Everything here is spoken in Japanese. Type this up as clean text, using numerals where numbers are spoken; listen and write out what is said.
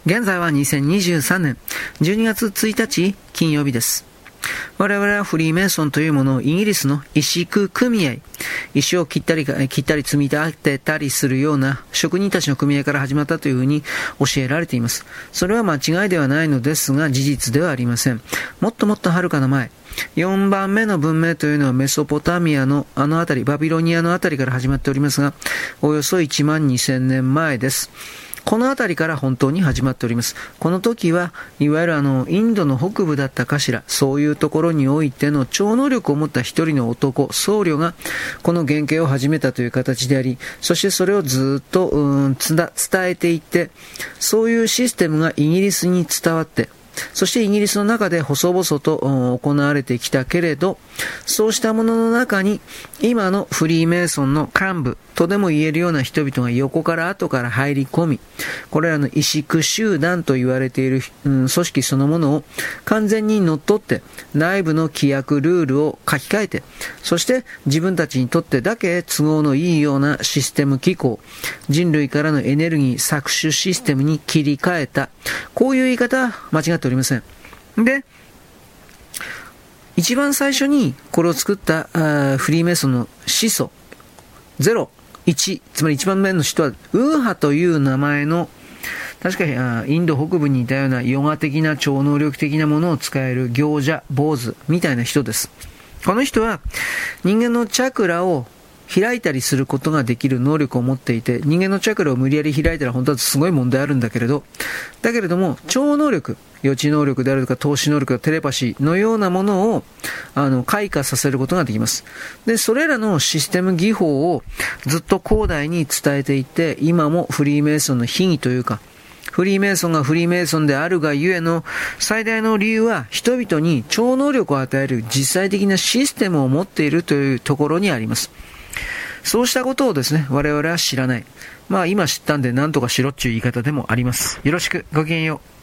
現在は2023年12月1日金曜日です。我々はフリーメイソンというものをイギリスの石工組合、石を切ったり積み立てたりするような職人たちの組合から始まったというふうに教えられています。それは間違いではないのですが、事実ではありません。もっともっと遥かな前、4番目の文明というのはメソポタミアのあの辺り、バビロニアの辺りから始まっておりますが、およそ1万2000年前です。この辺りから本当に始まっております。この時はいわゆるインドの北部だったかしら、そういうところにおいての超能力を持った一人の男、僧侶がこの原型を始めたという形であり、そしてそれをずっと伝えていって、そういうシステムがイギリスに伝わって、そしてイギリスの中で細々と行われてきたけれど、そうしたものの中に今のフリーメイソンの幹部とでも言えるような人々が横から後から入り込み、これらの石工集団と言われている、組織そのものを完全に乗っ取って、内部の規約ルールを書き換えて、そして自分たちにとってだけ都合のいいようなシステム機構、人類からのエネルギー搾取システムに切り替えた。こういう言い方は間違っておりません。で、一番最初にこれを作ったフリーメイソンの始祖0、1、つまり一番目の人はウーハという名前の、確かインド北部にいたようなヨガ的な超能力的なものを使える行者、坊主みたいな人です。この人は人間のチャクラを開いたりすることができる能力を持っていて、人間のチャクラを無理やり開いたら本当はすごい問題あるんだけれど、だけれども超能力、予知能力であるとか透視能力、テレパシーのようなものを開花させることができます。で、それらのシステム技法をずっと広大に伝えていって、今もフリーメイソンの秘義というか、フリーメイソンがフリーメイソンであるがゆえの最大の理由は、人々に超能力を与える実際的なシステムを持っているというところにあります。そうしたことをですね、我々は知らない。今知ったんで何とかしろっていう言い方でもあります。よろしく、ごきげんよう。